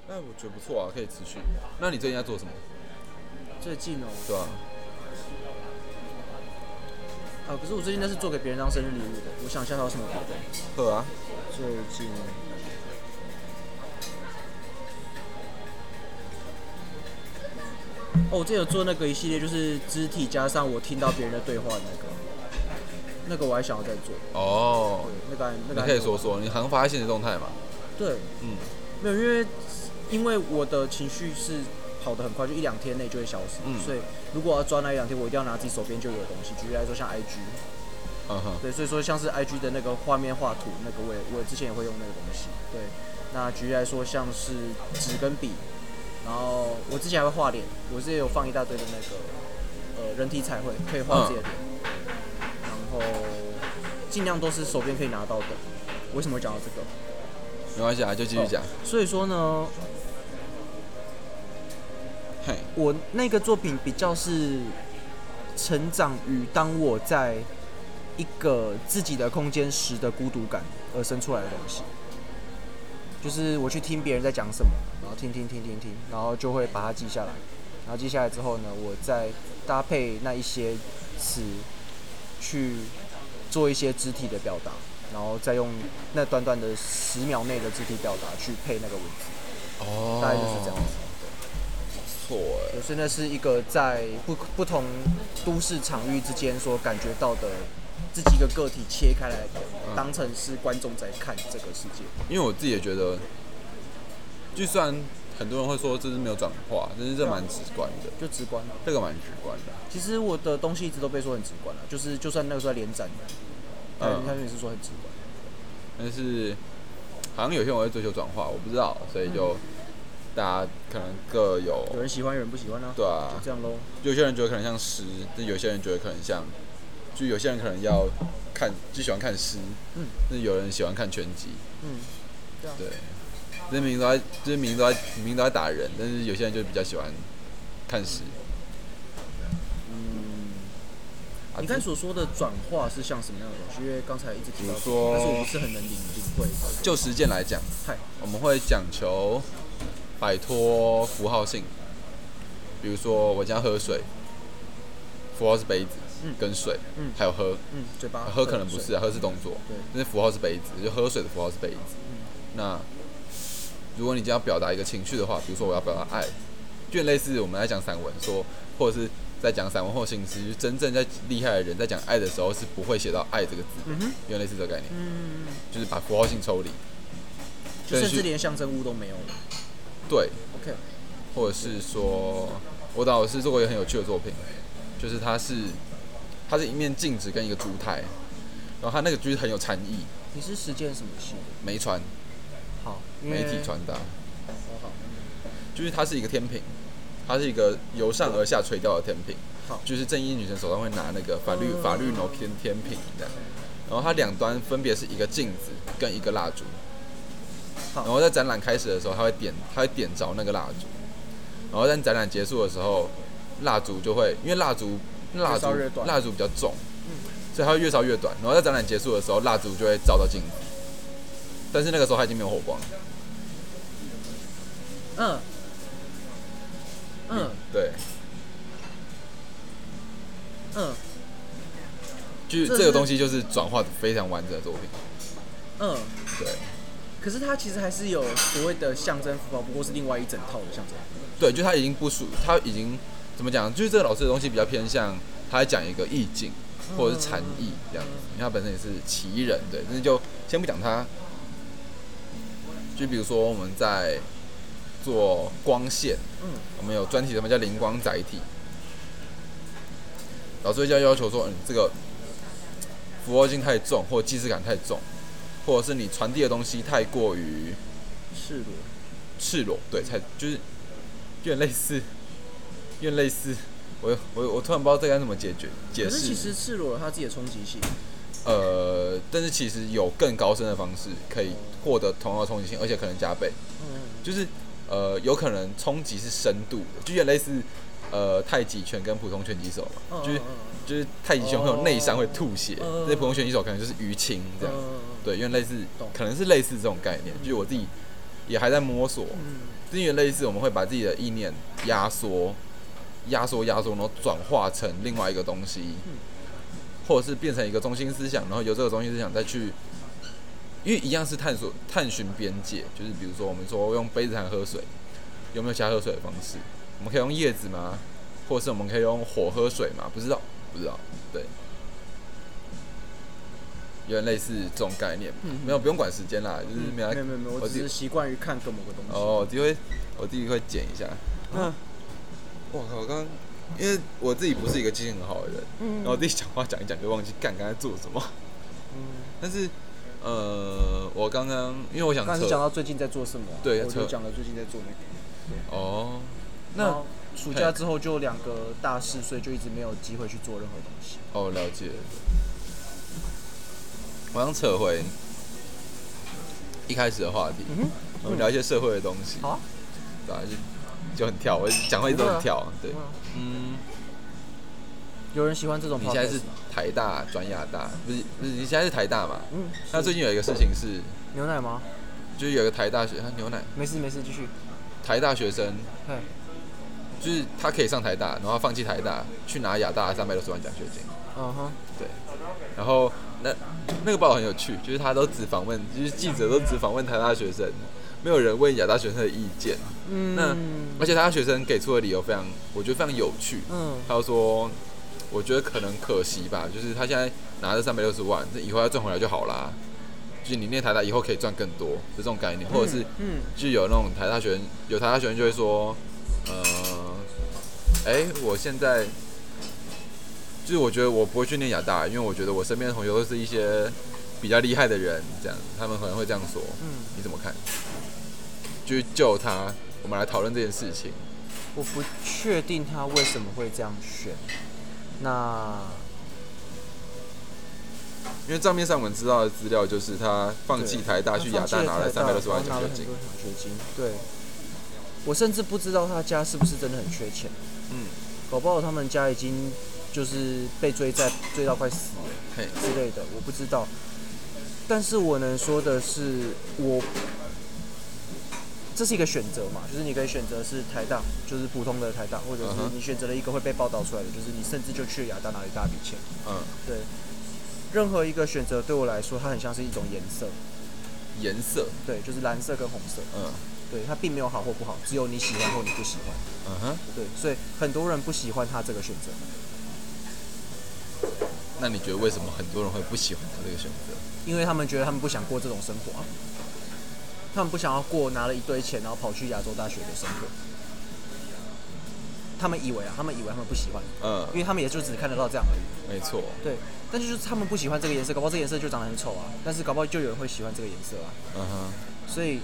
那我觉得不错啊，可以持续。那你最近在做什么？ 最近哦， 对啊， 可是我最近那是做给别人当生日礼物的。我想一下还有什么别的。 喝啊， 最近，我之前有做那个一系列，就是肢体加上我听到别人的对话的那个我还想要再做。 哦， 对，那个你可以说说，你好像发现现实动态嘛？ 对，没有，因为我的情绪是跑得很快，就1-2天内就会消失。所以如果我要抓那1-2天，我一定要拿自己手边就有的东西。举例来说，像 IG，对，所以说像是 IG 的那个画面画图，那个我之前也会用那个东西。对，那举例来说，像是纸跟笔，然后我之前还会画脸，我之前有放一大堆的那个人体彩绘，可以画自己的脸，然后尽量都是手边可以拿到的。为什么会讲到这个？ 没关系啊，就继续讲。 所以说呢，我那个作品比较是成长于当我在一个自己的空间时的孤独感而生出来的东西。就是我去听别人在讲什么，然后听，然后就会把它记下来，然后记下来之后呢，我再搭配那一些词去做一些肢体的表达，然后再用那短短的10秒内的肢体表达去配那个文字。大概就是这样子。 不错哎。 所以那是一个在不同都市场域之间所感觉到的自己一个个体切开来，当成是观众在看这个世界。 因为我自己也觉得，就算很多人会说这是没有转化，但是这蛮直观的， 就直观了。 这个蛮直观的。 其实我的东西一直都被说很直观了，就是就算那个时候在连载，他们也是说很直观。 但是好像有些人会追求转化，我不知道，所以就大家可能各有人喜欢，有人不喜欢啊。 对啊， 就这样咯。 有些人觉得可能像诗，但有些人觉得可能像，就有些人可能要看，就喜欢看诗，但有人喜欢看全集，对，这明明都在打人，但是有些人就比较喜欢看诗。 你刚才所说的转化是像什么样的东西？因为刚才一直提到，但是我不是很能领会。 就实践来讲，我们会讲求摆脱符号性，比如说我今天喝水，符号是杯子跟水，还有喝， 嘴巴喝可能不是啊，喝是动作，但是符号是杯子，就喝水的符号是杯子。那如果你今天要表达一个情绪的话，比如说我要表达爱，就类似我们在讲散文说，或者是在讲散文或新诗，真正在厉害的人在讲爱的时候是不会写到爱这个字，有类似这个概念，就是把符号性抽离， 就甚至连象征物都没有了。 对 ，OK， 或者是说，我导师做过一个很有趣的作品，就是它是一面镜子跟一个烛台，然后它那个就是很有禅意。 你是实践什么系的？ 媒传， 好， 媒体传达。 好， 就是它是一个天平，它是一个由上而下垂钓的天平。 好， 就是正义女神手上会拿那个法律弩天平这样，然后它两端分别是一个镜子跟一个蜡烛。然后在展览开始的时候，它会点着那个蜡烛，然后在展览结束的时候，蜡烛就会因为蜡烛比较重，所以它会越烧越短。然后在展览结束的时候，蜡烛就会照到镜子，但是那个时候它已经没有火光。对。就是这个东西就是转化的非常完整的作品。对。 可是它其实还是有所谓的象征符号，不过是另外一整套的象征。 对，就它已经不属，它已经怎么讲？就是这个老师的东西比较偏向他在讲一个意境或者是禅意这样子，因为他本身也是奇人，对，但是就先不讲他。就比如说我们在做光线，我们有专题什么叫灵光载体，老师就要求说，这个符号性太重，或者既视感太重，或者是你传递的东西太过于赤裸，对，才就是有点类似，我突然不知道这该怎么解释。 可是其实赤裸了他自己的冲击性。 但是其实有更高深的方式可以获得同样的冲击性，而且可能加倍。就是有可能冲击是深度的，就有点类似太极拳跟普通拳击手嘛，就是太极拳会有内伤会吐血，这些普通拳击手可能就是淤青这样，对，因为类似可能是类似这种概念，就是我自己也还在摸索。因为类似我们会把自己的意念压缩，然后转化成另外一个东西，或者是变成一个中心思想，然后由这个中心思想再去，因为一样是探寻边界，就是比如说我们说用杯子才喝水，有没有其他喝水的方式？我们可以用叶子吗？或者是我们可以用火喝水吗？不知道，对。有点类似这种概念，没有不用管时间啦，就是没有，我只是习惯于看个某个东西。 哦，我自己会剪一下。我靠，刚刚因为我自己不是一个记性很好的人，然后我自己讲话讲一讲就忘记刚才做什么。但是我刚刚因为我想刚才是讲到最近在做什么， 对， 我就讲了最近在做那个。 哦，那暑假之后就2个大事，所以就一直没有机会去做任何东西。 哦，了解。我想扯回一开始的话题，我们聊一些社会的东西。 好啊， 对啊，就很跳，我讲话一直都很跳。对， 有人喜欢这种。 你现在是台大转亚大，不是你现在是台大嘛？那最近有一个事情是牛奶吗？ 就是有一个台大牛奶。 没事，继续。 台大学生，就是他可以上台大，然后他放弃台大，去拿亚大的360万奖学金。对。然后那个报道很有趣，就是他都只访问，就是记者都只访问台大学生，没有人问亚大学生的意见。而且台大学生给出的理由我觉得非常有趣。他就说，我觉得可能可惜吧，就是他现在拿着360万，以后要赚回来就好啦。就是你念台大以后可以赚更多，是这种概念，或者是就有那种台大学生就会说，我现在。就是我觉得我不会去念亚大，因为我觉得我身边的同学都是一些比较厉害的人，这样他们可能会这样说。你怎么看？就是就他，我们来讨论这件事情。 我不确定他为什么会这样选。 因为账面上我们知道的资料就是他放弃台大去亚大拿了360万奖学金。 对，我甚至不知道他家是不是真的很缺钱。搞不好他们家已经就是被追到快死了之类的，我不知道。但是我能说的是，这是一个选择嘛，就是你可以选择是台大，就是普通的台大，或者是你选择了一个会被报道出来的，就是你甚至就去了亚大拿了一大笔钱。对，任何一个选择对我来说，它很像是一种颜色。 颜色？ 对，就是蓝色跟红色。对，它并没有好或不好，只有你喜欢或你不喜欢。对，所以很多人不喜欢他这个选择。 那你觉得为什么很多人会不喜欢他这个选择？ 因为他们觉得他们不想过这种生活他们不想要过拿了一堆钱然后跑去亚洲大学的生活。他们以为他们不喜欢，因为他们也就只看得到这样而已。 没错。 对，但就是他们不喜欢这个颜色，搞不好这个颜色就长得很丑啊，但是搞不好就有人会喜欢这个颜色啊。所以。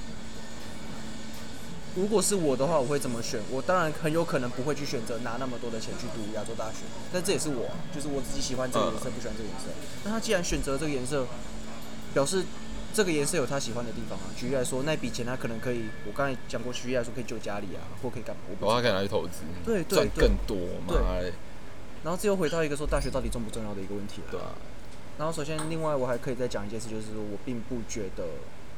如果是我的话，我会怎么选？我当然很有可能不会去选择拿那么多的钱去读亚洲大学，但这也是我，就是我自己喜欢这个颜色，不喜欢这个颜色。那他既然选择这个颜色，表示这个颜色有他喜欢的地方啊。举例来说，那笔钱他可能可以，我刚才讲过，举例来说可以救家里啊，或可以干嘛？ 他可以拿去投资， 对， 赚更多嘛。 然后这又回到一个说大学到底重不重要的一个问题了。 对啊。 然后首先，另外我还可以再讲一件事，就是说我并不觉得。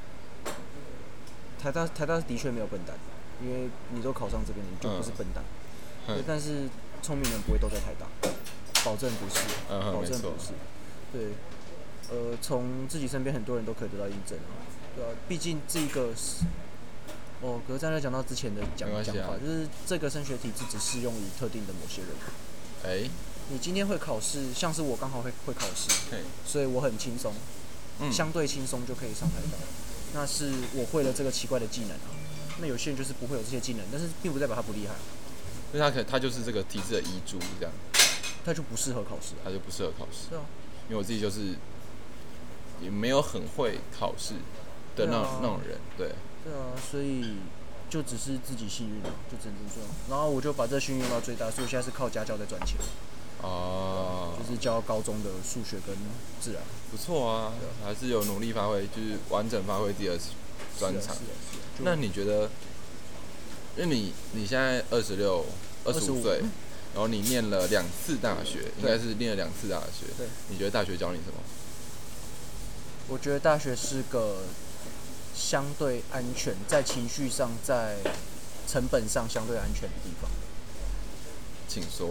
台大的确没有笨蛋，因为你都考上这边，你就不是笨蛋。但是聪明人不会都在台大，保证不是，保证不是。对，从自己身边很多人都可以得到印证啊。对啊，毕竟这个是，可是在讲到之前的讲法，就是这个升学体制只适用于特定的某些人。你今天会考试，像是我刚好会考试，所以我很轻松，相对轻松就可以上台大。那是我会了这个奇怪的技能啊。那有些人就是不会有这些技能，但是并不代表他不厉害。 因为他就是这个体制的遗珠，这样。 他就不适合考试。 他就不适合考试。 对啊。 因为我自己就是也没有很会考试的那种人，对。 对啊，所以就只是自己幸运啊，就只能这样。然后我就把这幸运用到最大，所以我现在是靠家教在赚钱。就是教高中的数学跟自然。 不错啊，还是有努力发挥，就是完整发挥自己的专长。那你觉得，因为你现在25岁，然后你念了2次大学，应该是念了2次大学。对。你觉得大学教你什么？ 我觉得大学是个相对安全，在情绪上、在成本上相对安全的地方。 请说。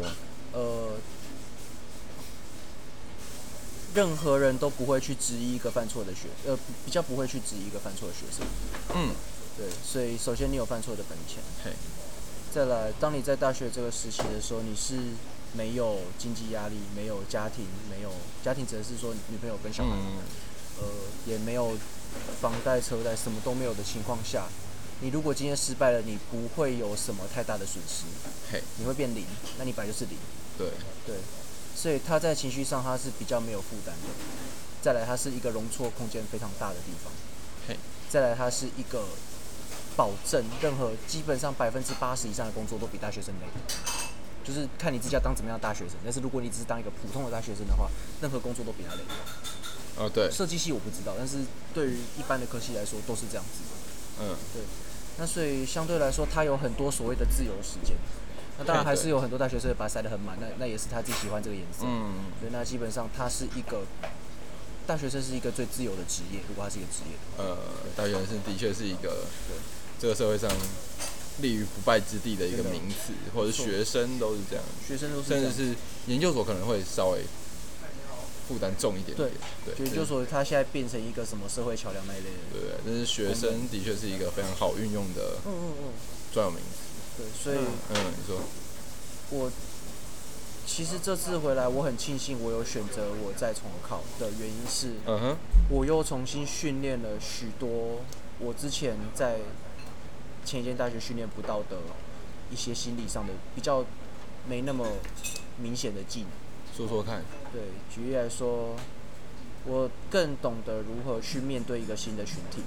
任何人都不会去质疑一个犯错的比较不会去质疑一个犯错的学生。对，所以首先你有犯错的本钱。再来，当你在大学这个时期的时候，你是没有经济压力，没有家庭，没有家庭指的是说女朋友跟小孩，也没有房贷、车贷，什么都没有的情况下，你如果今天失败了，你不会有什么太大的损失，你会变零，那你本来就是零。对。所以他在情绪上他是比较没有负担的。再来，他是一个容错空间非常大的地方。再来，他是一个保证任何基本上80%以上的工作都比大学生累，就是看你自己要当怎么样的大学生。但是如果你只是当一个普通的大学生的话，任何工作都比他累。 对。 设计系我不知道，但是对于一般的科系来说都是这样子。对。那所以相对来说，他有很多所谓的自由时间。那当然还是有很多大学生把它塞得很满，那也是他自己喜欢这个颜色。对，那基本上他是一个大学生是一个最自由的职业，如果他是一个职业。 大学生的确是一个这个社会上立于不败之地的一个名词，或者学生都是这样， 学生都是这样， 甚至是研究所可能会稍微负担重一点点。 对，研究所他现在变成一个什么社会桥梁那一类的。 对，但是学生的确是一个非常好运用的专有名词。 对，所以你说， 我其实这次回来，我很庆幸我有选择我再重考的原因是，我又重新训练了许多我之前在前一间大学训练不到的一些心理上的比较没那么明显的技能。 说说看。 对，举例来说，我更懂得如何去面对一个新的群体。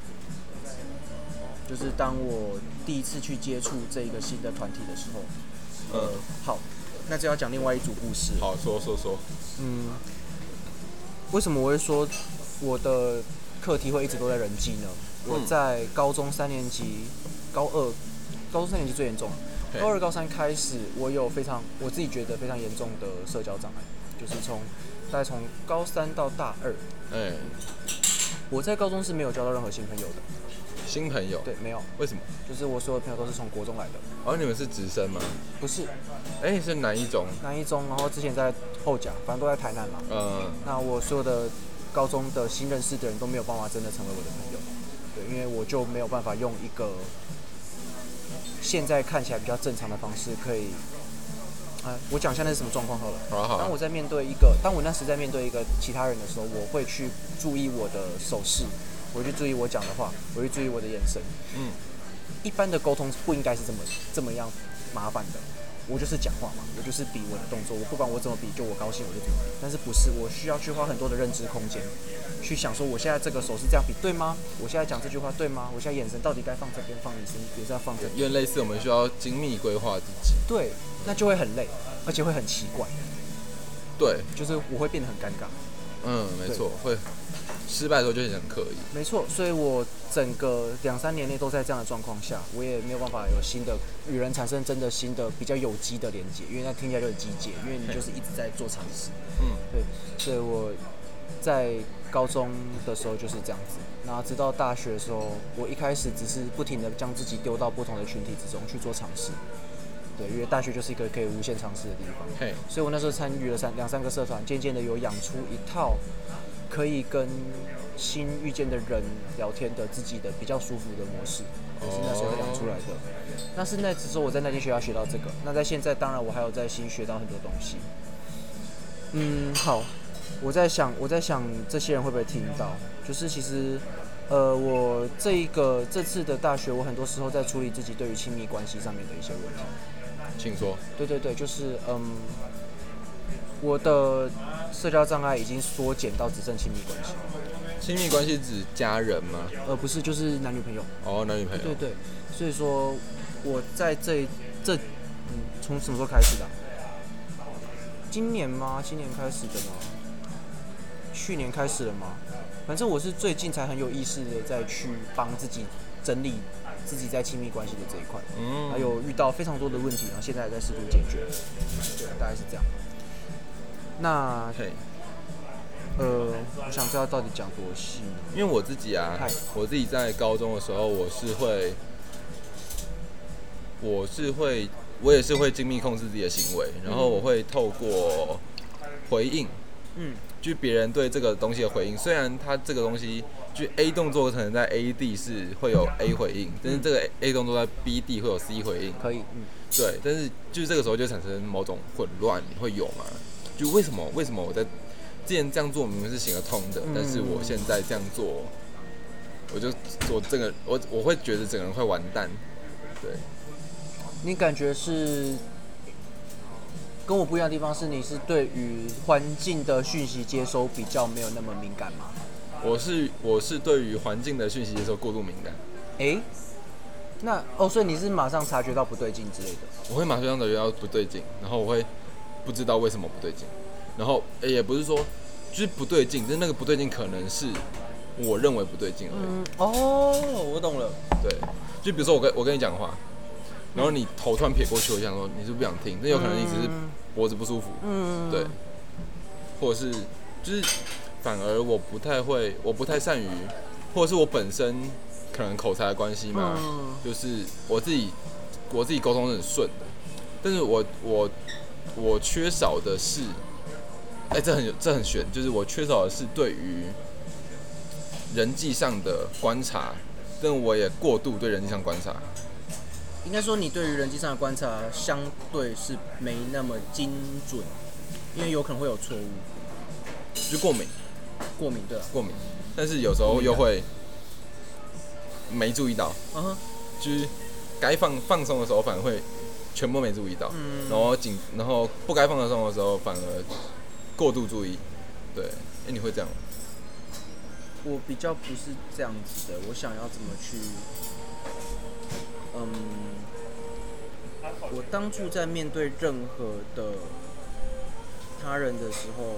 就是当我第一次去接触这一个新的团体的时候，好，那就要讲另外一组故事。 好，说。 为什么我会说我的课题会一直都在人际呢？我在高中3年级、高中3年级最严重，高2、高3开始，我有我自己觉得非常严重的社交障碍，就是大概从高3到大2，我在高中是没有交到任何新朋友的。 新朋友？ 对，没有。 为什么？ 就是我所有的朋友都是从国中来的。 你们是直升吗？ 不是。 是南一中。 南一中，然后之前在后甲，反正都在台南嘛。那我所有的高中的新认识的人都没有办法真的成为我的朋友。对，因为我就没有办法用一个现在看起来比较正常的方式可以。我讲一下那是什么状况好了。 好。当我那时在面对一个其他人的时候，我会去注意我的手势。我会去注意我讲的话，我会注意我的眼神。一般的沟通不应该是这么样麻烦的。我就是讲话嘛，我就是比我的动作，我不管我怎么比，就我高兴我就怎么比。但是不是，我需要去花很多的认知空间，去想说我现在这个手是这样比对吗？我现在讲这句话对吗？我现在眼神到底该放这边，放你身边，也是要放这边。 因为类似我们需要精密规划自己。 对，那就会很累，而且会很奇怪。 对， 就是我会变得很尴尬。 没错，会失败的时候就很刻意。 没错，所以我整个2-3年内都在这样的状况下，我也没有办法有新的与人产生真的新的比较有机的连接，因为那听起来就很机械，因为你就是一直在做尝试。对，所以我在高中的时候就是这样子，然后直到大学的时候，我一开始只是不停的将自己丢到不同的群体之中去做尝试。对，因为大学就是一个可以无限尝试的地方。所以我那时候参与了2-3个社团，渐渐的有养出一套可以跟新遇见的人聊天的自己的比较舒服的模式，也是那时候养出来的。那是那时候我在那间学校学到这个。那在现在，当然我还有在新学到很多东西。好，我在想这些人会不会听到？就是其实，我这次的大学，我很多时候在处理自己对于亲密关系上面的一些问题。 请说。 对，就是我的社交障碍已经缩减到只剩亲密关系。 亲密关系指家人吗？ 不是，就是男女朋友。 男女朋友。 对，所以说我在从什么时候开始的？今年吗？今年开始的吗？去年开始了吗？反正我是最近才很有意识的再去帮自己整理自己在亲密关系的这一块，还有遇到非常多的问题，然后现在还在试图解决，对，大概是这样。那我想知道到底讲多细。 因为我自己在高中的时候，我也是会精密控制自己的行为，然后我会透过回应，就别人对这个东西的回应，虽然它这个东西就 A 动作可能在 A 地是会有 A 回应，但是这个 A 动作在 B 地会有 C 回应， 可以， 对，但是就是这个时候就产生某种混乱，你会有吗？就为什么我在之前这样做明明是行得通的，但是我现在这样做，我就做这个，我会觉得整个人会完蛋。对， 你感觉是跟我不一样的地方是，你是对于环境的讯息接收比较没有那么敏感吗？ 我是对于环境的讯息接收过度敏感。 所以你是马上察觉到不对劲之类的？ 我会马上察觉到不对劲，然后我会不知道为什么不对劲，然后也不是说就是不对劲，但是那个不对劲可能是我认为不对劲而已。 我懂了。 对，就比如说我跟你讲话，然后你头突然撇过去，我想说你是不想听，但有可能你只是脖子不舒服。对，或者是就是反而我不太善于，或者是我本身可能口才的关系嘛，就是我自己沟通是很顺的，但是我缺少的是，这很悬，就是我缺少的是对于人际上的观察，但我也过度对人际上观察。 应该说你对于人际上的观察相对是没那么精准，因为有可能会有错误。 就过敏对啊，过敏，但是有时候又会没注意到，就是该放松的时候反而会全部没注意到，然后不该放松的时候反而过度注意。对，你会这样吗？ 我比较不是这样子的，我想要怎么去，我当初在面对任何的他人的时候，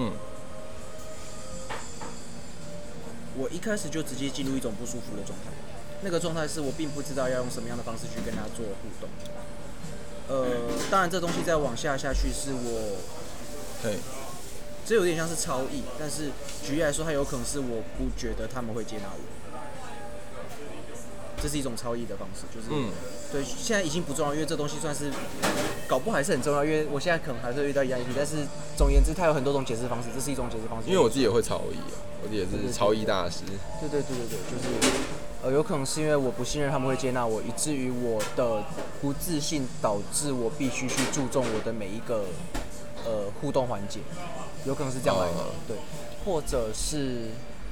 我一开始就直接进入一种不舒服的状态。那个状态是我并不知道要用什么样的方式去跟他做互动。当然这东西再往下去是我，这有点像是超意，但是举例来说，它有可能是我不觉得他们会接纳我，这是一种超意的方式，就是，对，现在已经不重要，因为这东西算是搞不好还是很重要，因为我现在可能还是会遇到一样议题，但是总而言之，它有很多种解释方式，这是一种解释方式。 因为我自己也会超意我自己也是超意大师。 对，就是有可能是因为我不信任他们会接纳我，以至于我的不自信导致我必须去注重我的每一个互动环节，有可能是这样来的，对，或者是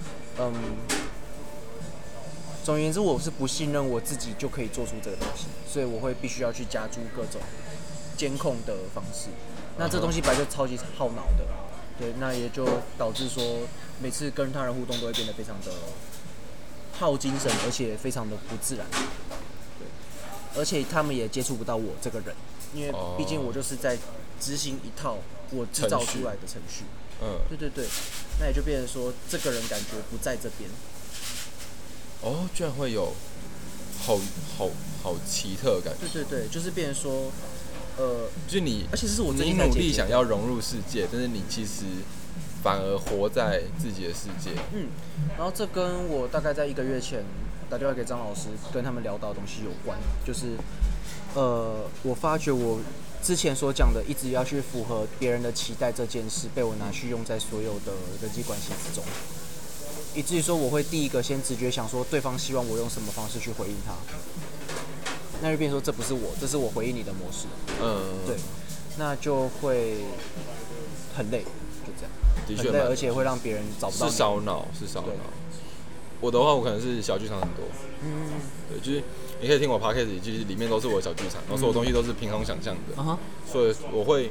总而言之，我是不信任我自己就可以做出这个东西，所以我会必须要去加诸各种监控的方式。那这东西本来就超级耗脑的，对，那也就导致说每次跟他人互动都会变得非常的耗精神，而且非常的不自然。对，而且他们也接触不到我这个人，因为毕竟我就是在执行一套我制造出来的程序。对，那也就变成说这个人感觉不在这边。 居然会有好奇特的感觉。 对，就是变成说， 就你， 而且这是我最你近才努力想要融入世界，但是你其实反而活在自己的世界。 然后这跟我大概在1个月前打电话给张老师，跟他们聊到的东西有关，就是我发觉我之前所讲的一直要去符合别人的期待这件事，被我拿去用在所有的人际关系之中。以至于说我会第一个先直觉想说对方希望我用什么方式去回应他，那就变成说这不是我，这是我回应你的模式。对，那就会很累，就这样。 的确， 很累，而且会让别人找不到你。 是烧脑。我的话，我可能是小剧场很多。对，就是你可以听我 podcast， 就是里面都是我的小剧场，然后所有东西都是凭空想象的。所以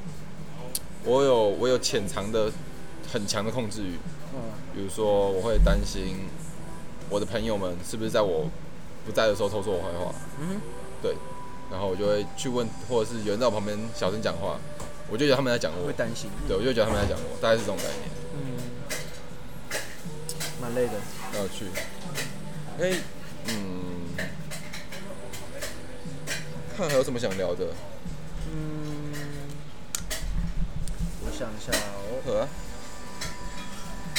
我有潜藏的很强的控制欲。比如说，我会担心我的朋友们是不是在我不在的时候偷说我坏话。对，然后我就会去问，或者是有人在我旁边小声讲话，我就觉得他们在讲我。 会担心。 对，我就觉得他们在讲我，大概是这种概念。 蛮累的。 要去。看还有什么想聊的？ 我想一下哦。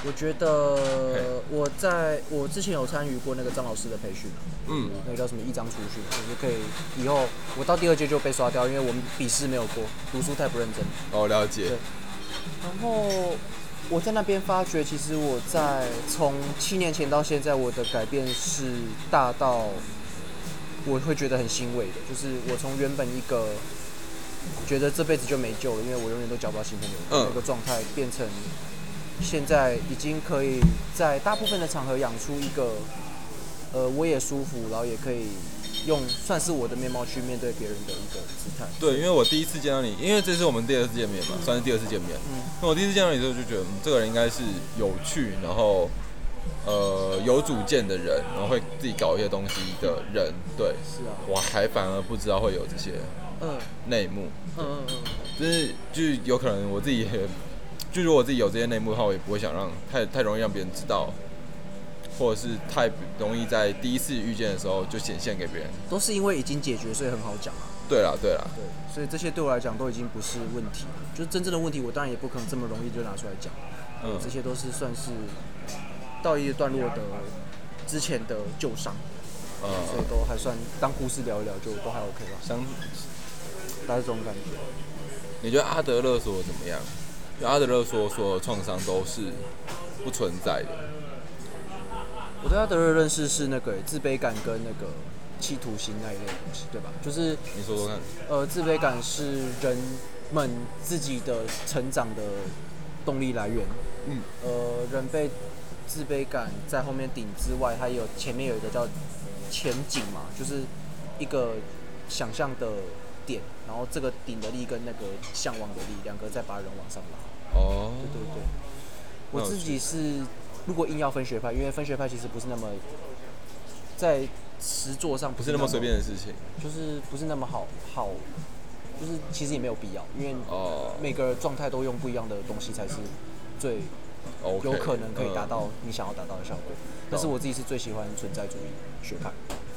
我觉得我之前有参与过那个张老师的培训那个叫什么一张出训，就是可以以后我到第2届就被刷掉，因为我们笔试没有过，读书太不认真。 哦，了解。 对。然后我在那边发觉，其实我从7年前到现在，我的改变是大到我会觉得很欣慰的，就是我从原本一个觉得这辈子就没救了，因为我永远都交不到新朋友的那个状态，变成现在已经可以在大部分的场合养出一个我也舒服，然后也可以用算是我的面貌去面对别人的一个姿态。 对，因为我第一次见到你，因为这是我们第2次见面嘛，算是第2次见面。那我第一次见到你的时候就觉得，这个人应该是有趣，然后有主见的人，然后会自己搞一些东西的人。对， 是啊。我还反而不知道会有这些内幕。就有可能我自己也，就如果我自己有这些内幕的话，我也不会想让太容易让别人知道。或者是太容易在第一次遇见的时候就显现给别人， 都是因为已经解决，所以很好讲啊。 对啦，对， 所以这些对我来讲都已经不是问题了。就是真正的问题，我当然也不可能这么容易就拿出来讲。这些都是算是到一个段落的之前的旧伤，所以都还算当故事聊一聊，就都还 OK 吧。大概这种感觉。 你觉得阿德勒说怎么样？就阿德勒说，所有创伤都是不存在的。 我对阿德勒认识是那个自卑感跟那个企图心那一类的东西，对吧？就是你说说看。 自卑感是人们自己的成长的动力来源。人被自卑感在后面顶之外，它前面有一个叫前景嘛，就是一个想象的点，然后这个顶的力跟那个向往的力，两个再把人往上拉。对。我自己是。如果硬要分学派，因为分学派其实不是那么在实作上不是那么随便的事情， 就是不是那么好，就是其实也没有必要，因为每个状态都用不一样的东西才是最有可能可以达到你想要达到的效果。但是我自己是最喜欢存在主义学派。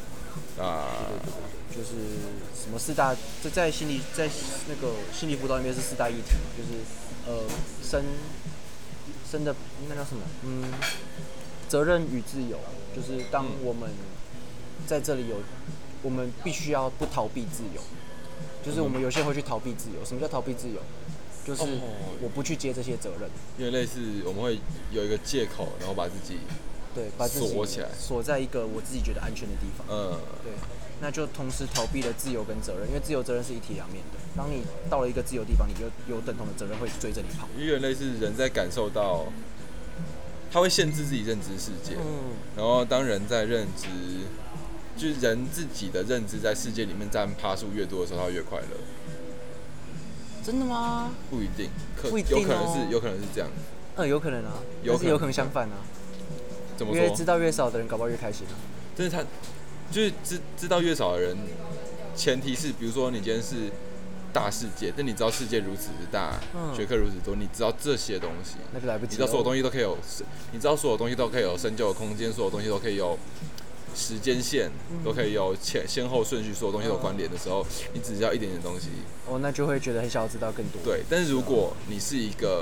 对，就是什么4大，在那个心理辅导里面是4大议题，就是生的那叫什么？责任与自由，就是当我们在这里我们必须要不逃避自由，就是我们有些人会去逃避自由。什么叫逃避自由？就是我不去接这些责任。 因为类似我们会有一个借口，然后把自己锁起来， 锁在一个我自己觉得安全的地方。对。那就同时逃避了自由跟责任，因为自由责任是一体两面的。当你到了一个自由地方，你就有等同的责任会追着你跑。 因为类似人在感受到，他会限制自己认知世界。然后当人在认知，就是人自己的认知在世界里面占趴数越多的时候，他会越快乐。 真的吗？ 不一定， 不一定有可能是这样。 有可能啊，但是有可能相反啊。 怎么说？ 因为知道越少的人，搞不好越开心啊。 但是他。就是知道越少的人，前提是，比如说你今天是大世界，但你知道世界如此之大，学科如此多，你知道这些东西， 那就来不及了。 你知道所有东西都可以有，你知道所有东西都可以有深究的空间，所有东西都可以有时间线，都可以有先后顺序，所有东西都有关联的时候，你只要一点点东西， 那就会觉得很想要知道更多。 对，但是如果你是一个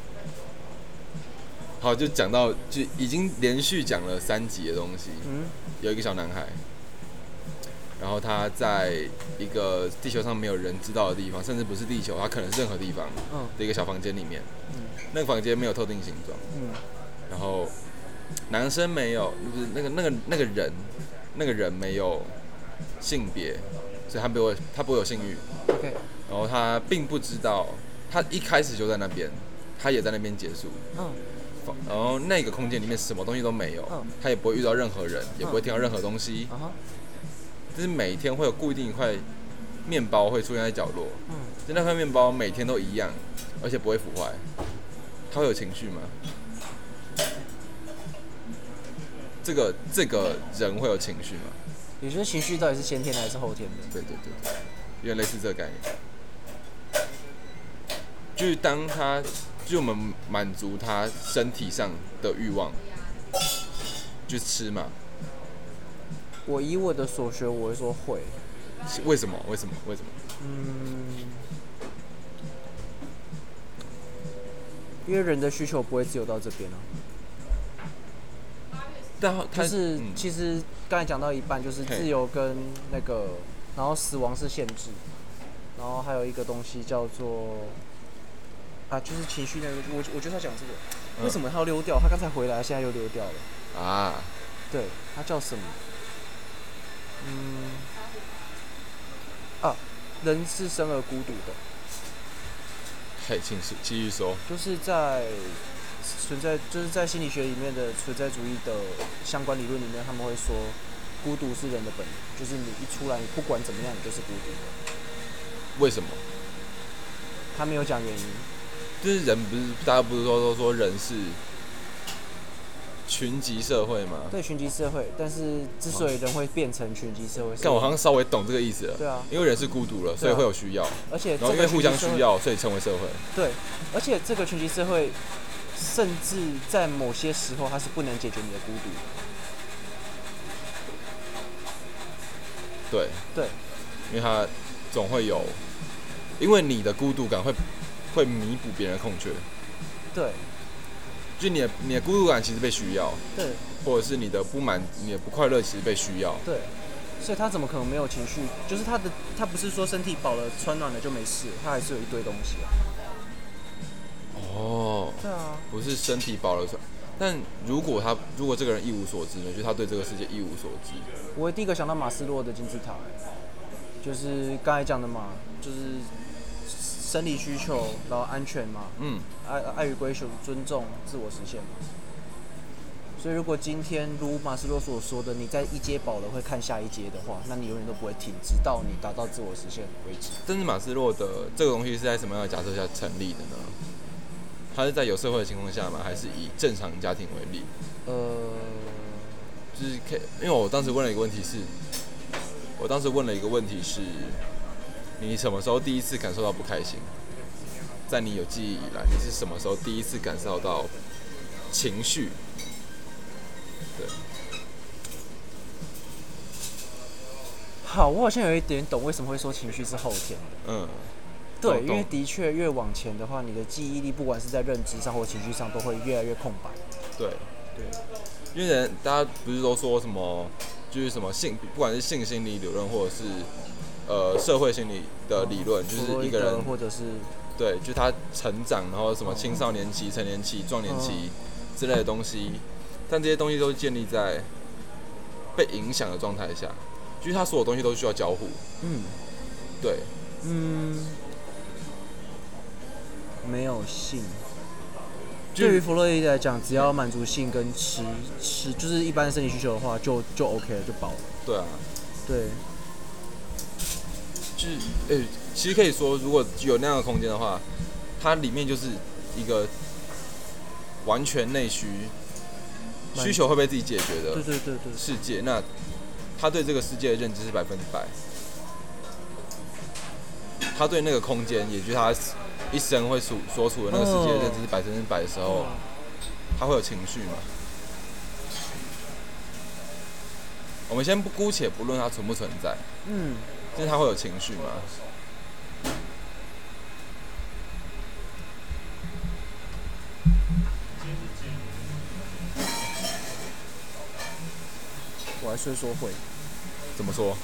好，就讲到就已经连续讲了3集的东西。有一个小男孩，然后他在一个地球上没有人知道的地方，甚至不是地球，他可能是任何地方的一个小房间里面。那个房间没有特定形状。然后男生没有，就是那个人没有性别，所以他不会有性欲。 OK。 然后他并不知道，他一开始就在那边，他也在那边结束。然后那个空间里面什么东西都没有，他也不会遇到任何人，也不会听到任何东西。但是每天会有固定一块面包会出现在角落，就那块面包每天都一样，而且不会腐坏。他会有情绪吗？这个人会有情绪吗？ 你觉得情绪到底是先天的还是后天的？ 对，有点类似这个概念。就是当他。就我们满足他身体上的欲望，就吃嘛。 我以我的所学，我会说会。 为什么？ 因为人的需求不会只有到这边啊。 但就是其实刚才讲到一半，就是自由跟那个，然后死亡是限制，然后还有一个东西叫做就是情绪那个，我觉得他讲这个，为什么他要溜掉？他刚才回来，现在又溜掉了啊？对，他叫什么？人是生而孤独的。 嘿，请继续说。 就是在心理学里面的存在主义的相关理论里面，他们会说，孤独是人的本能，就是你一出来，你不管怎么样，你就是孤独的。 为什么？ 他没有讲原因。 就是人不是大家不是都说人是群集社会吗？ 对，群集社会。但是之所以人会变成群集社会， 但我好像稍微懂这个意思了。 对啊， 因为人是孤独了，所以会有需要。 而且然后因为互相需要，所以成为社会。对， 而且这个群集社会，甚至在某些时候，它是不能解决你的孤独的。对，因为它总会有，因为你的孤独感会弥补别人的空缺。 对。 就你的孤独感其实被需要， 对， 或者是你的不满、你的不快乐其实被需要， 对，所以他怎么可能没有情绪？就是他不是说身体饱了、穿暖了就没事，他还是有一堆东西啊。 哦，对啊，不是身体饱了，但如果这个人一无所知呢？就是他对这个世界一无所知。 我会第一个想到马斯洛的金字塔，就是刚才讲的嘛，就是生理需求，然后安全嘛，爱与归属、尊重、自我实现嘛。所以如果今天如马斯洛所说的，你在一阶饱了会看下一阶的话，那你永远都不会停，直到你达到自我实现为止。 但是马斯洛的这个东西是在什么样的假设下成立的呢？他是在有社会的情况下吗？还是以正常家庭为例？就是因为我当时问了一个问题是，你什么时候第一次感受到不开心？在你有记忆以来，你是什么时候第一次感受到情绪？对。 好，我好像有一点懂为什么会说情绪是后天的。对，因为的确越往前的话，你的记忆力不管是在认知上或情绪上，都会越来越空白。 对，因为大家不是都说什么，就是什么不管是性心理理论，或者是社会心理的理论，就是一个人或者是对，就是他成长，然后什么青少年期、成年期、壮年期之类的东西，但这些东西都是建立在被影响的状态下，就是他所有东西都需要交互。对。 没有性。对于弗洛伊德来讲，只要满足性跟吃，就是一般的生理需求的话，就 OK 了，就饱了。 对啊。 对。 就是其实可以说，如果有那样的空间的话，它里面就是一个完全内需求会被自己解决的世界。那他对这个世界的认知是100%，他对那个空间，也就是他一生会所处的那个世界的认知是100%的时候，他会有情绪嘛？我们先姑且不论它存不存在，就是他会有情绪嘛？ 我还是说会。 怎么说？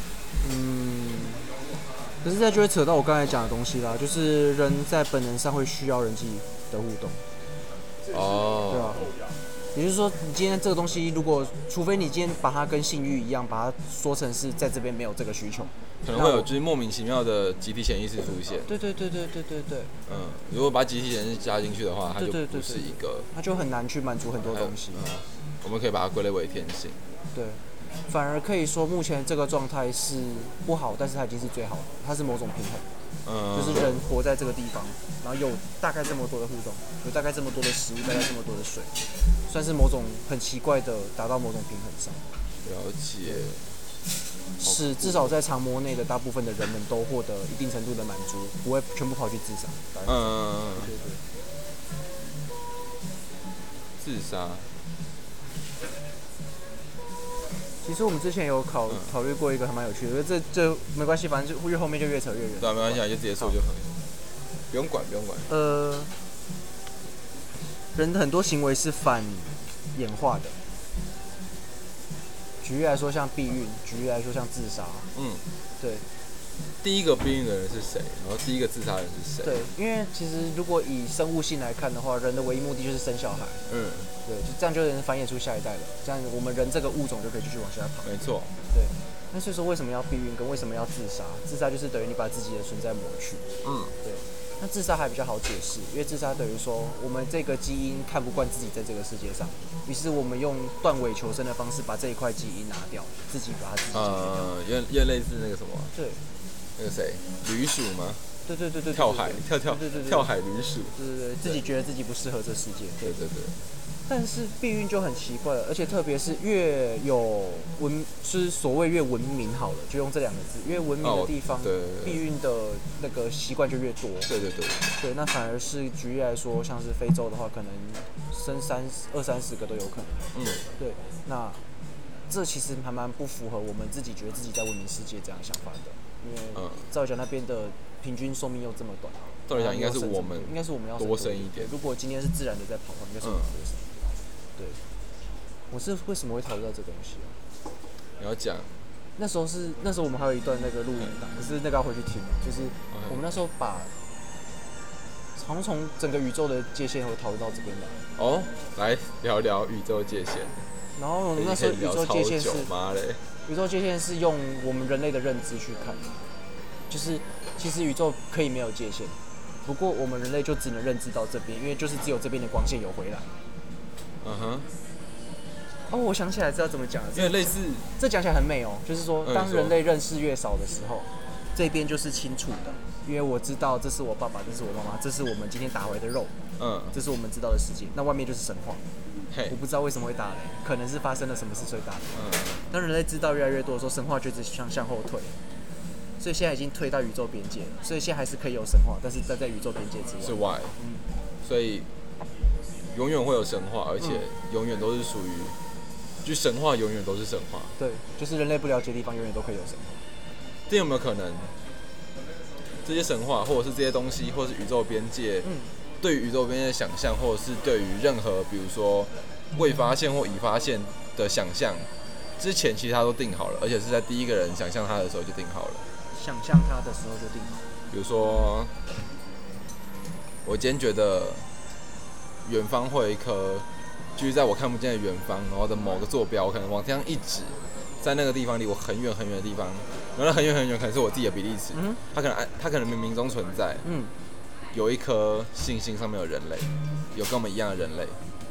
可是这就会扯到我刚才讲的东西啦，就是人在本能上会需要人际的互动。对啊。也就是说，你今天这个东西，除非你今天把它跟性欲一样，把它说成是在这边没有这个需求， 可能会有就是莫名其妙的集体潜意识出现。 对。 如果把集体潜意识加进去的话，它就不是一个， 它就很难去满足很多东西。 我们可以把它归类为天性。 对。反而可以说，目前这个状态是不好，但是它已经是最好的，它是某种平衡。就是人活在这个地方，然后有大概这么多的互动，有大概这么多的食物，大概这么多的水，算是某种很奇怪的达到某种平衡上。 了解。 是至少在长模内的大部分的人们都获得一定程度的满足，不会全部跑去自杀。对。 自杀。 其实我们之前有考虑过一个还蛮有趣的，这没关系，反正就越后面就越扯越远。 对啊，没关系，就直接说就可以，不用管。 人的很多行为是反演化的， 举例来说，像避孕；举例来说，像自杀。对。 第一个避孕的人是谁？然后第一个自杀的人是谁？ 对，因为其实如果以生物性来看的话，人的唯一目的就是生小孩。对，就这样就能繁衍出下一代了。这样我们人这个物种就可以继续往下跑。 没错。 对。那所以说，为什么要避孕，跟为什么要自杀？自杀就是等于你把自己的存在抹去。对。那自杀还比较好解释，因为自杀等于说我们这个基因看不惯自己在这个世界上，于是我们用断尾求生的方式把这一块基因拿掉，自己把它自己解决掉。 有点类似那个什么？ 对。 那个谁，驴鼠吗？ 对， 跳海跳海驴鼠。 对，自己觉得自己不适合这世界。 对。 但是避孕就很奇怪了，而且特别是越有是所谓越文明好了，就用这2个字，越文明的地方，避孕的那个习惯就越多。对，那反而是举例来说，像是非洲的话，可能生20-30个都有可能。对，那这其实还蛮不符合我们自己觉得自己在文明世界这样想法的，因为照讲那边的平均寿命又这么短， 照理讲应该是我们要多生一点。 如果今天是自然的在跑的话，应该是我们多生。对，我是为什么会讨论到这个东西啊？ 你要讲， 那时候我们还有一段那个录音档，可是那个要回去听，就是我们那时候好像从整个宇宙的界限会讨论到这边来。 来聊聊宇宙界限。 然后我们那时候宇宙界限是用我们人类的认知去看，就是其实宇宙可以没有界限，不过我们人类就只能认知到这边，因为就是只有这边的光线有回来。我想起来知道怎么讲了， 因为类似这讲起来很美哦，就是说当人类认识越少的时候，这边就是清楚的，因为我知道这是我爸爸，这是我妈妈，这是我们今天打回来的肉，这是我们知道的世界。那外面就是神话，我不知道为什么会打雷，可能是发生了什么事所以打雷。当人类知道越来越多的时候，神话就一直向后退，所以现在已经退到宇宙边界，所以现在还是可以有神话，但是在宇宙边界之外。 所以永远会有神话，而且永远都是属于。就神话永远都是神话， 对，就是人类不了解的地方，永远都可以有神话。 这有没有可能，这些神话，或者是这些东西，或者是宇宙边界，对于宇宙边界的想象，或者是对于任何比如说未发现或已发现的想象，之前其实他都定好了，而且是在第一个人想象他的时候就定好了。 想象他的时候就定好了。 比如说，我今天觉得远方会有一颗。就是在我看不见的远方，然后的某个坐标，我可能往天上一指，在那个地方离我很远很远的地方，然后很远很远可能是我自己的比例尺，它可能冥冥中存在，有一颗星星上面有人类，有跟我们一样的人类，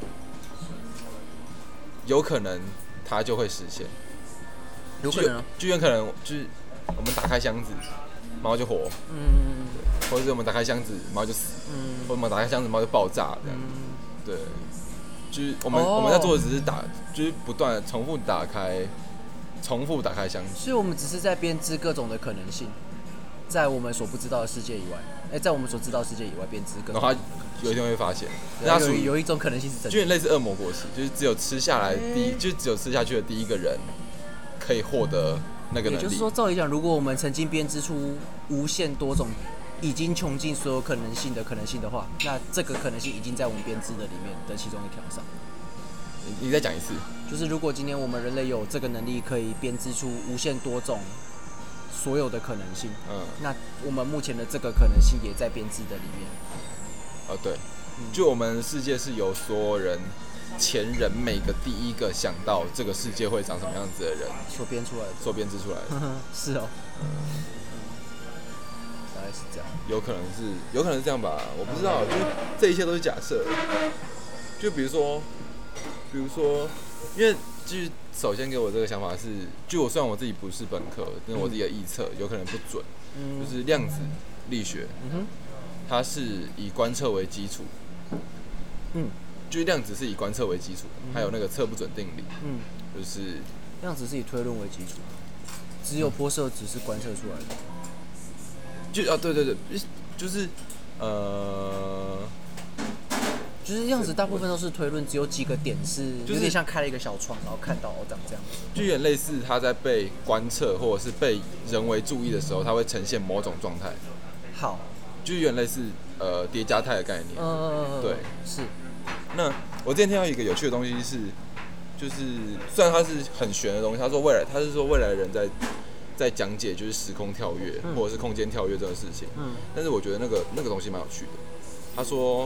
有可能它就会实现， 有可能， 就有可能就是我们打开箱子，猫就活，或者是我们打开箱子，猫就死，或者我们打开箱子，猫就爆炸这样，对。就是我们在做的只是就是不断的重复打开箱子， 所以我们只是在编织各种的可能性，在我们所不知道的世界以外，在我们所知道的世界以外编织各种。 然后他有一天会发现， 有一种可能性是真的， 就有点类似恶魔果实，就是只有吃下来就只有吃下去的第一个人可以获得那个能力。 也就是说，照理讲，如果我们曾经编织出无限多种。已经穷尽所有可能性的话，那这个可能性已经在我们编织的里面的其中一条上。 你再讲一次， 就是如果今天我们人类有这个能力，可以编织出无限多种所有的可能性，那我们目前的这个可能性也在编织的里面。 对，就我们世界是由所有人前人每个第一个想到这个世界会长什么样子的人所编织出来的。是哦。是这样， 有可能是这样吧，我不知道，就是这一切都是假设。就比如说，因为就是首先给我这个想法是，就虽然我自己不是本科，但是我自己的臆测有可能不准，就是量子力学，它是以观测为基础，就是量子是以观测为基础，还有那个测不准定理，就是量子是以推论为基础，只有波色子是观测出来的。 对，就是就是样子，大部分都是推论，只有几个点是有点像开了一个小窗，然后看到长这样。 就有点类似它在被观测或者是被人为注意的时候，它会呈现某种状态。 好， 就有点类似叠加态的概念。 对， 是。那我之前听到一个有趣的东西是， 就是虽然它是很玄的东西，他是说未来的人在讲解就是时空跳跃、或者是空间跳跃这个事情，但是我觉得那个东西蛮有趣的。他说，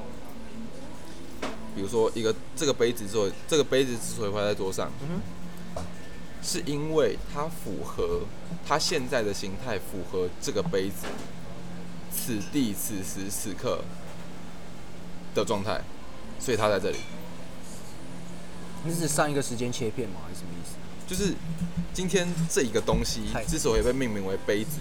比如说这个杯子之所以会在桌上，是因为它符合它现在的形态，符合这个杯子此地此时此刻的状态，所以它在这里。 你是上一个时间切片吗？还是什么意思？ 就是今天这一个东西之所以被命名为杯子，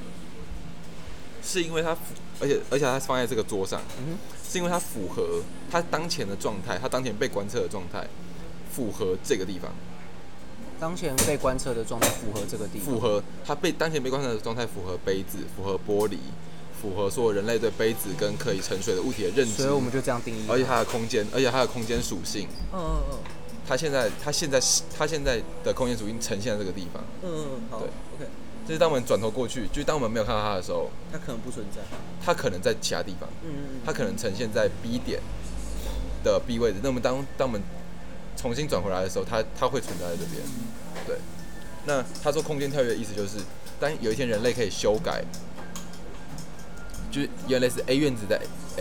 是因为它而且它放在这个桌上，是因为它符合它当前的状态，它当前被观测的状态，符合这个地方。 当前被观测的状态符合这个地方， 符合它当前被观测的状态，符合杯子，符合玻璃，符合所有人类对杯子跟可以盛水的物体的认知， 所以我们就这样定义。 而且它的空间属性，它现在的空间属性呈现在这个地方。 好， 对 ，OK。 就是当我们转头过去，就是当我们没有看到它的时候， 它可能不存在， 它可能在其他地方，它可能呈现在 B 点的 B 位置。那么当我们重新转回来的时候，它会存在在这边。对，那他说空间跳跃的意思就是，当有一天人类可以修改，就是原来是 A 原子在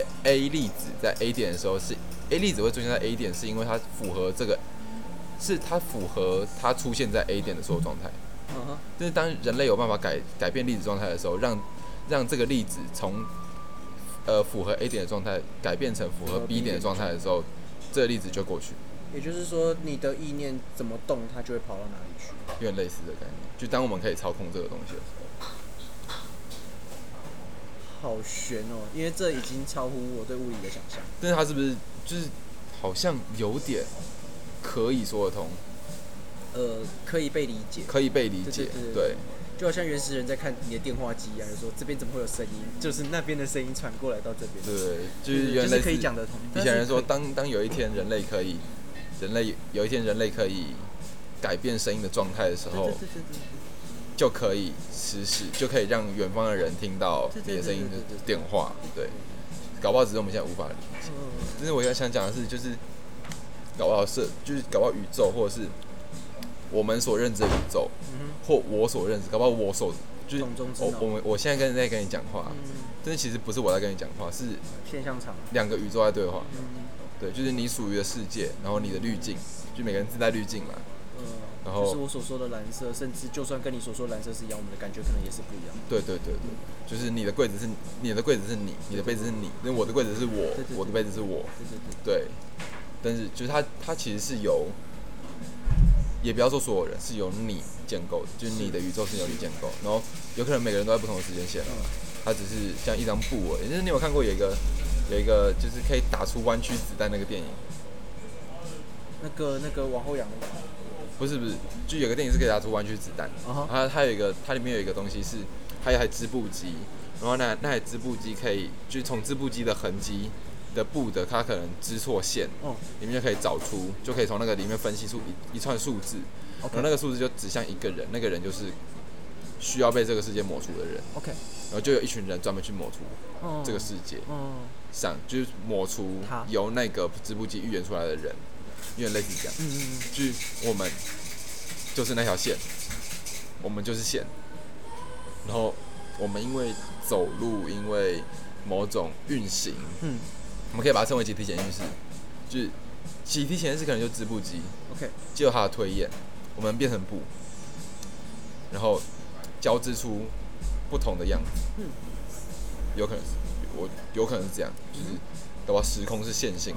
A 粒子在 A 点的时候，是 A 粒子会出现在 A 点，是因为它符合这个，是它符合它出现在 A 点的所有状态。就是当人类有办法改变粒子状态的时候，让这个粒子从符合 A 点的状态改变成符合 B 点的状态的时候，这个粒子就过去。 也就是说，你的意念怎么动，它就会跑到哪里去。 有点类似的概念，就当我们可以操控这个东西的时候， 好悬哦，因为这已经超乎我对物理的想象。 但是它是不是就是好像有点可以说得通？ 可以被理解。 可以被理解，对。 就好像原始人在看你的电话机一样，就说这边怎么会有声音，就是那边的声音传过来到这边。 对，就是原来可以讲得通。 以前人说，当有一天人类有一天人类可以改变声音的状态的时候，就可以实时，就可以让远方的人听到你的声音的电话。对，搞不好只是我们现在无法理解。但是我想讲的是，就是搞不好宇宙，或者是我们所认知的宇宙，或我所认知，搞不好就是我现在在跟你讲话，但是其实不是我在跟你讲话，是现象场两个宇宙在对话。对，就是你属于的世界，然后你的滤镜，就每个人自带滤镜嘛。然后就是我所说的蓝色，甚至就算跟你所说的蓝色是一样，我们的感觉可能也是不一样。 对，就是你的柜子是你，你的杯子是你，那我的柜子是我的杯子是我。对，但是就是它其实是由，也不要说所有人，是由你建构的，就是你的宇宙是由你建构，然后有可能每个人都在不同的时间线，它只是像一张布而已。就是你有看过有一个就是可以打出弯曲子弹那个电影？ 那个往后仰的。 不是，就有个电影是可以打出弯曲子弹。它里面有一个东西是，它有台织布机，然后那台织布机可以，就是从织布机的痕迹的布的，它可能织错线，里面就可以找出，就可以从那个里面分析出一串数字，然后那个数字就指向一个人，那个人就是需要被这个世界抹除的人。然后就有一群人专门去抹除这个世界，就是抹除由那个织布机预言出来的人。有点类似这样，就是我们就是那条线，我们就是线，然后我们因为走路，因为某种运行，我们可以把它称为集体潜意识，就是集体潜意识可能就是织布机经由它的推演，我们变成布，然后交织出不同的样子，有可能是这样，就是搞不好时空是线性的。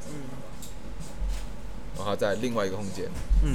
然后它在另外一个空间，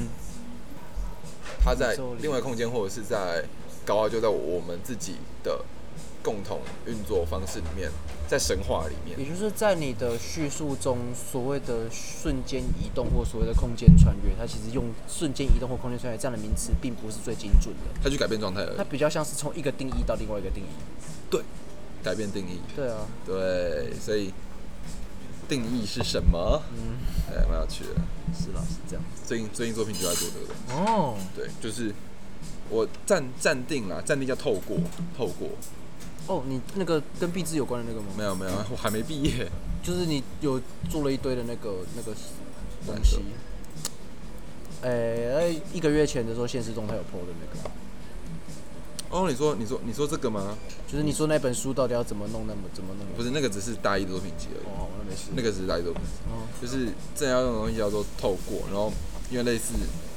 它在另外一个空间，或者是在搞不好就在我们自己的共同运作方式里面，在神话里面， 也就是在你的叙述中，所谓的瞬间移动或所谓的空间穿越，它其实用瞬间移动或空间穿越这样的名词，并不是最精准的。 它去改变状态而已。 它比较像是从一个定义到另外一个定义。 对，改变定义。 对啊。 对，所以定义是什么？蛮有趣的。 是啦，是这样。 最近作品就在做这个东西。对，就是我暂定啦，暂定叫透过。 你那个跟毕制有关的那个吗？ 没有，我还没毕业。 就是你有做了一堆的那个东西。 1个月前的时候，现实中他有 po 的那个。 哦，你说这个吗？ 就是你说那本书到底要怎么弄，怎么弄？ 不是，那个只是大一的作品集而已。 哦，那没事。 那个只是大一作品集。哦。就是正要用的东西叫做透过，然后因为类似，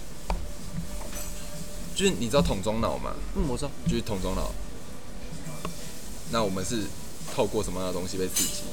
就是你知道桶中脑吗？ 我知道。 就是桶中脑。那我们是透过什么样的东西被刺激？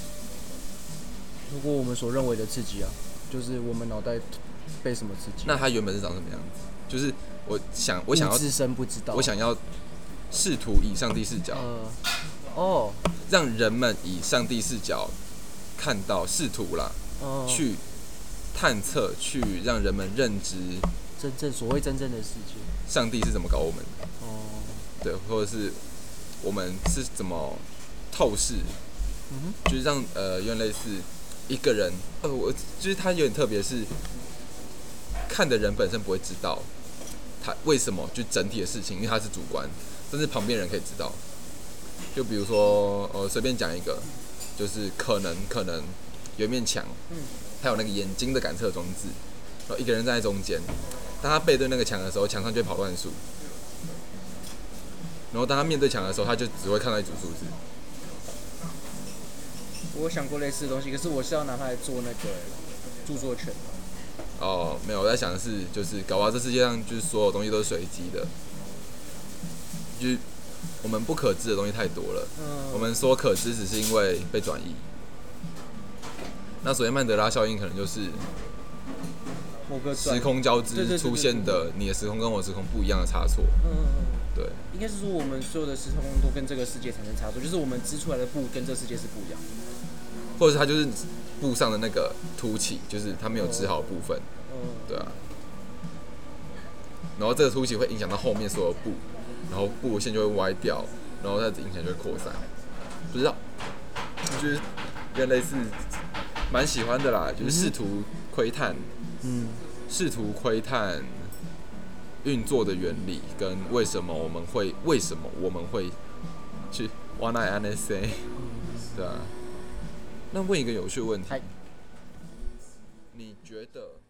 如果我们所认为的刺激啊，就是我们脑袋被什么刺激？ 那它原本是长什么样子？就是我想要自身不知道， 我想要试图以上帝视角，让人们以上帝视角看到，试图啦，去探测，去让人们认知所谓真正的世界， 上帝是怎么搞我们的，对，或者是我们是怎么透视，就是让有点类似一个人，我就是他有点特别，是看的人本身不会知道他为什么就整体的事情，因为他是主观，但是旁边人可以知道。就比如说，随便讲一个，就是可能有一面墙，它有那个眼睛的感测装置，然后一个人站在中间，当他背对那个墙的时候，墙上就会跑乱数，然后当他面对墙的时候，他就只会看到一组数字。 我有想过类似的东西，可是我是要拿它来做那个著作权。 没有，我在想的是，就是搞不好这世界上就是所有东西都是随机的，就是我们不可知的东西太多了。我们说可知，只是因为被转移。那所谓曼德拉效应，可能就是时空交织出现的，你的时空跟我的时空不一样的差错。对。 应该是说我们所有的时空都跟这个世界产生差错，就是我们织出来的布跟这个世界是不一样的。 或者是它就是布上的那个凸起，就是它没有织好的部分。对啊。然后这个凸起会影响到后面所有布，然后布线就会歪掉，然后它的影响就会扩散。不知道，就是跟类似，蛮喜欢的啦，就是试图窥探，试图窥探运作的原理跟为什么我们会去 One Night NSA， 对啊。那问一个有趣的问题，你觉得